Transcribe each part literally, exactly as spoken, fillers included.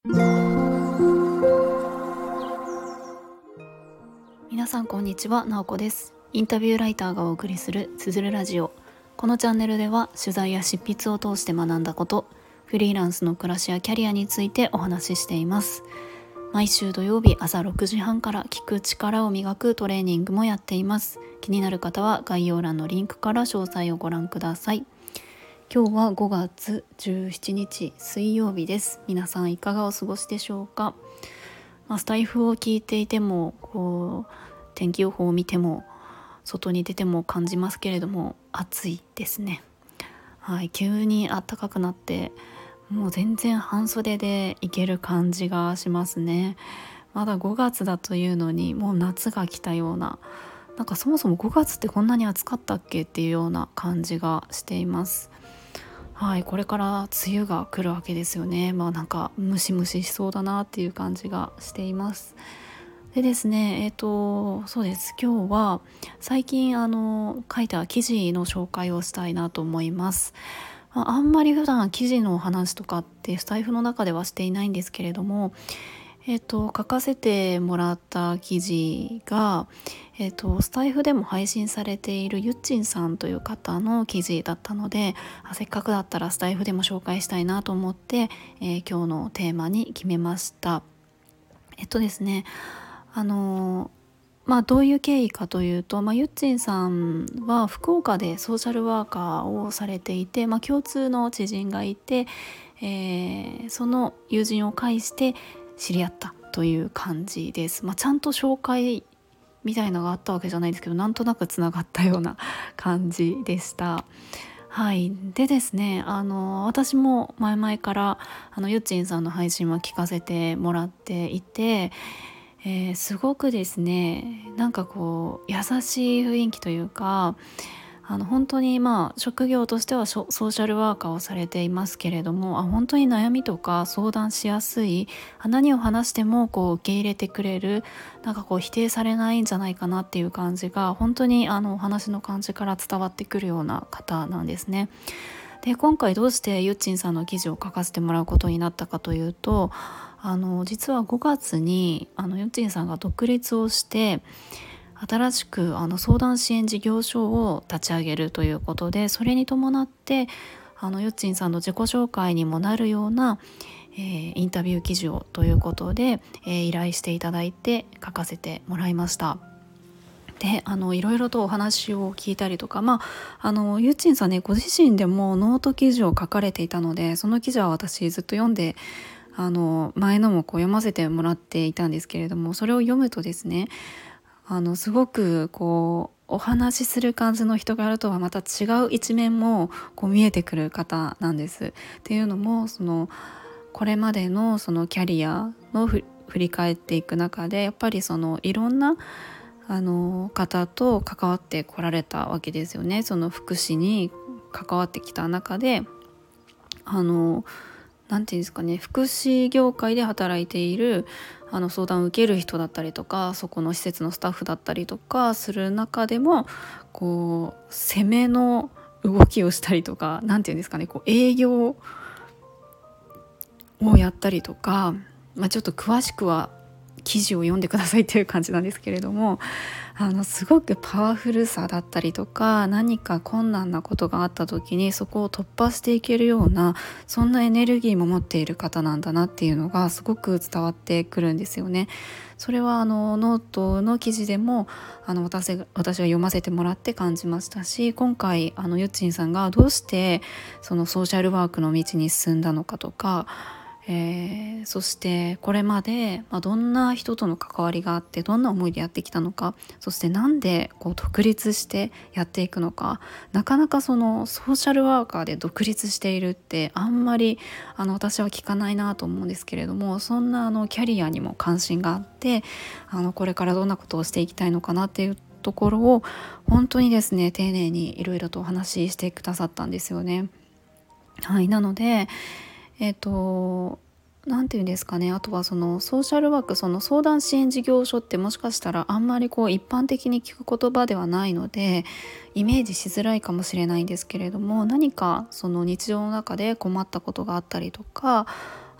皆さんこんにちは、なおこです。インタビューライターがお送りするつづるラジオ。このチャンネルでは取材や執筆を通して学んだこと、フリーランスの暮らしやキャリアについてお話ししています。毎週土曜日朝ろくじはんから聞く力を磨くトレーニングもやっています。気になる方は概要欄のリンクから詳細をご覧ください。今日はごがつじゅうしちにち水曜日です。皆さんいかがお過ごしでしょうか。まあ、スタイフを聞いていてもこう天気予報を見ても外に出ても感じますけれども、暑いですね。はい、急に暖かくなってもう全然半袖でいける感じがしますね。まだごがつだというのにもう夏が来たような、なんかそもそもごがつってこんなに暑かったっけっていうような感じがしています。はい、これから梅雨が来るわけですよね。まあなんかムシムシしそうだなっていう感じがしています。でですね、えっとそうです。今日は最近あの書いた記事の紹介をしたいなと思います。まあ、あんまり普段記事の話とかってスタイフの中ではしていないんですけれども、えっと、書かせてもらった記事が、えっと、スタイフでも配信されているゆっちんさんという方の記事だったので、あせっかくだったらスタイフでも紹介したいなと思って、えー今日のテーマに決めました。えっとですね、あのまあどういう経緯かというと、まあ、ゆっちんさんは福岡でソーシャルワーカーをされていて、まあ、共通の知人がいて、えーその友人を介して知り合ったという感じです。まあ、ちゃんと紹介みたいなのがあったわけじゃないですけど、なんとなくつながったような感じでした。はい、でですね、あの私も前々からあのゆっちんさんの配信は聞かせてもらっていて、えーすごくですね、なんかこう優しい雰囲気というか、あの本当にまあ職業としてはソソーシャルワーカーをされていますけれども、あ本当に悩みとか相談しやすい、あ何を話してもこう受け入れてくれる、なんかこう否定されないんじゃないかなっていう感じが本当にあのお話の感じから伝わってくるような方なんですね。で今回どうしてゆっちんさんの記事を書かせてもらうことになったかというと、あの実はごがつにあのゆっちんさんが独立をして新しくあの相談支援事業所を立ち上げるということで、それに伴ってあのゆっちんさんの自己紹介にもなるような、えーインタビュー記事をということで、えー依頼していただいて書かせてもらいました。であのいろいろとお話を聞いたりとか、まあ、あのゆっちんさんね、ご自身でもノート記事を書かれていたので、その記事は私ずっと読んで、あの前のもこう読ませてもらっていたんですけれども、それを読むとですね、あのすごくこうお話しする感じの人柄とはまた違う一面もこう見えてくる方なんです。っていうのも、そのこれまでのそのキャリアのふ振り返っていく中で、やっぱりそのいろんなあの方と関わってこられたわけですよね。その福祉に関わってきた中で、あのなんていうんですかね、福祉業界で働いているあの相談を受ける人だったりとか、そこの施設のスタッフだったりとかする中でも、こう攻めの動きをしたりとか、なんていうんですかね、こう営業をやったりとか、まあ、ちょっと詳しくは記事を読んでくださいっていう感じなんですけれども、あのすごくパワフルさだったりとか、何か困難なことがあった時にそこを突破していけるような、そんなエネルギーも持っている方なんだなっていうのがすごく伝わってくるんですよね。それはあのノートの記事でもあの私が私が読ませてもらって感じましたし、今回あのゆっちんさんがどうしてそのソーシャルワークの道に進んだのかとか、えーそしてこれまで、まあ、どんな人との関わりがあって、どんな思いでやってきたのか、そしてなんでこう独立してやっていくのか。なかなかそのソーシャルワーカーで独立しているってあんまりあの私は聞かないなと思うんですけれども、そんなあのキャリアにも関心があって、あのこれからどんなことをしていきたいのかなっていうところを本当にですね、丁寧にいろいろとお話ししてくださったんですよね。はい、なのでえっとなんていうんですかね、あとはそのソーシャルワーク、その相談支援事業所ってもしかしたらあんまりこう一般的に聞く言葉ではないのでイメージしづらいかもしれないんですけれども、何かその日常の中で困ったことがあったりとか、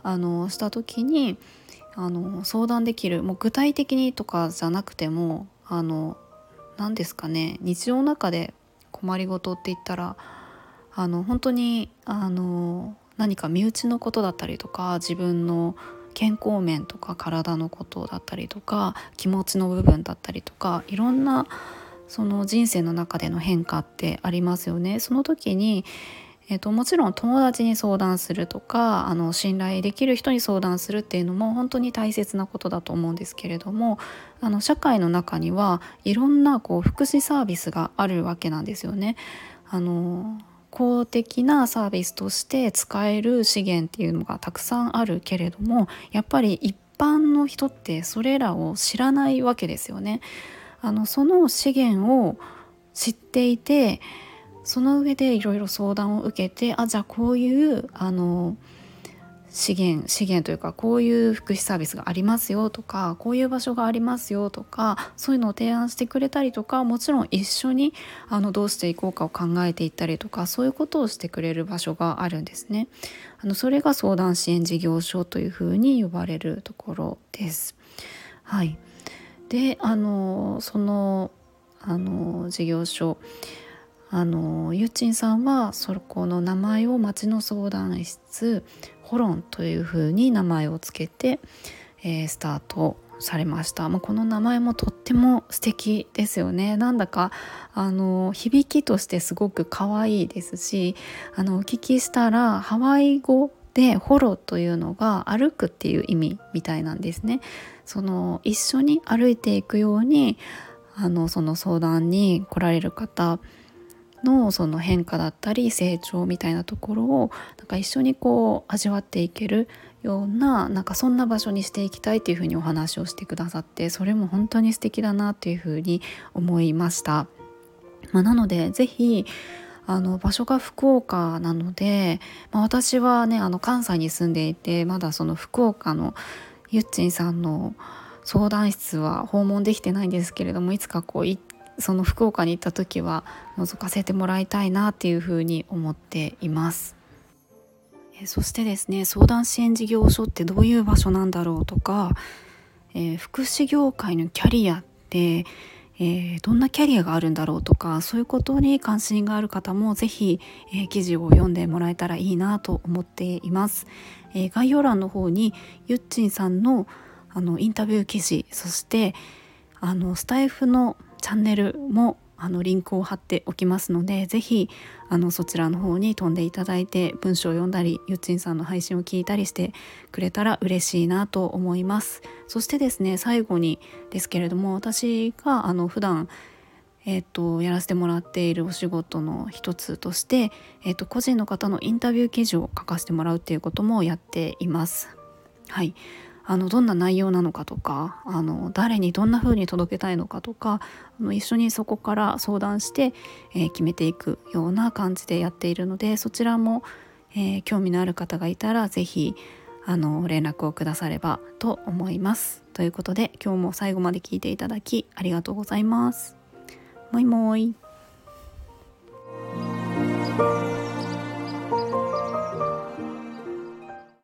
あのした時にあの相談できる、もう具体的にとかじゃなくても、あの何ですかね、日常の中で困りごとって言ったら、あの本当にあの何か身内のことだったりとか、自分の健康面とか体のことだったりとか、気持ちの部分だったりとか、いろんなその人生の中での変化ってありますよね。その時に、えっと、もちろん友達に相談するとか、あの信頼できる人に相談するっていうのも本当に大切なことだと思うんですけれども、あの社会の中にはいろんなこう福祉サービスがあるわけなんですよね。あの公的なサービスとして使える資源っていうのがたくさんあるけれども、やっぱり一般の人ってそれらを知らないわけですよね。あのその資源を知っていて、その上でいろいろ相談を受けて、あじゃあこういうあの資源資源というか、こういう福祉サービスがありますよとか、こういう場所がありますよとか、そういうのを提案してくれたりとか、もちろん一緒にあのどうしていこうかを考えていったりとか、そういうことをしてくれる場所があるんですね。あのそれが相談支援事業所というふうに呼ばれるところです。はい。で、あのそのあの事業所、あのゆっちんさんはそこの名前を町の相談室ホロンというふうに名前をつけて、えー、スタートされました。まあ、この名前もとっても素敵ですよね。なんだかあの響きとしてすごく可愛いですし、あのお聞きしたらハワイ語でホロというのが歩くっていう意味みたいなんですね。その一緒に歩いていくように、あのその相談に来られる方のその変化だったり成長みたいなところをなんか一緒にこう味わっていけるような、なんかそんな場所にしていきたいというふうにお話をしてくださって、それも本当に素敵だなというふうに思いました。まあ、なのでぜひあの場所が福岡なので、まあ、私はねあの関西に住んでいて、まだその福岡のゆっちんさんの相談室は訪問できてないんですけれども、いつかこうその福岡に行った時は覗かせてもらいたいなっていうふうに思っています。えそしてですね、相談支援事業所ってどういう場所なんだろうとか、えー、福祉業界のキャリアって、えー、どんなキャリアがあるんだろうとか、そういうことに関心がある方もぜひ、えー、記事を読んでもらえたらいいなと思っています。えー、概要欄の方にゆっちんさんの、あのインタビュー記事、そしてあのスタイフのチャンネルもあのリンクを貼っておきますので、ぜひあのそちらの方に飛んでいただいて文章を読んだり、ゆっちんさんの配信を聞いたりしてくれたら嬉しいなと思います。そしてですね、最後にですけれども、私があの普段えー、とやらせてもらっているお仕事の一つとして、えー、と個人の方のインタビュー記事を書かせてもらうっていうこともやっています。はい。あのどんな内容なのかとか、あの誰にどんな風に届けたいのかとか、あの一緒にそこから相談して、えー決めていくような感じでやっているので、そちらも、えー興味のある方がいたらぜひあの連絡をくださればと思います。ということで、今日も最後まで聞いていただきありがとうございます。もいもい。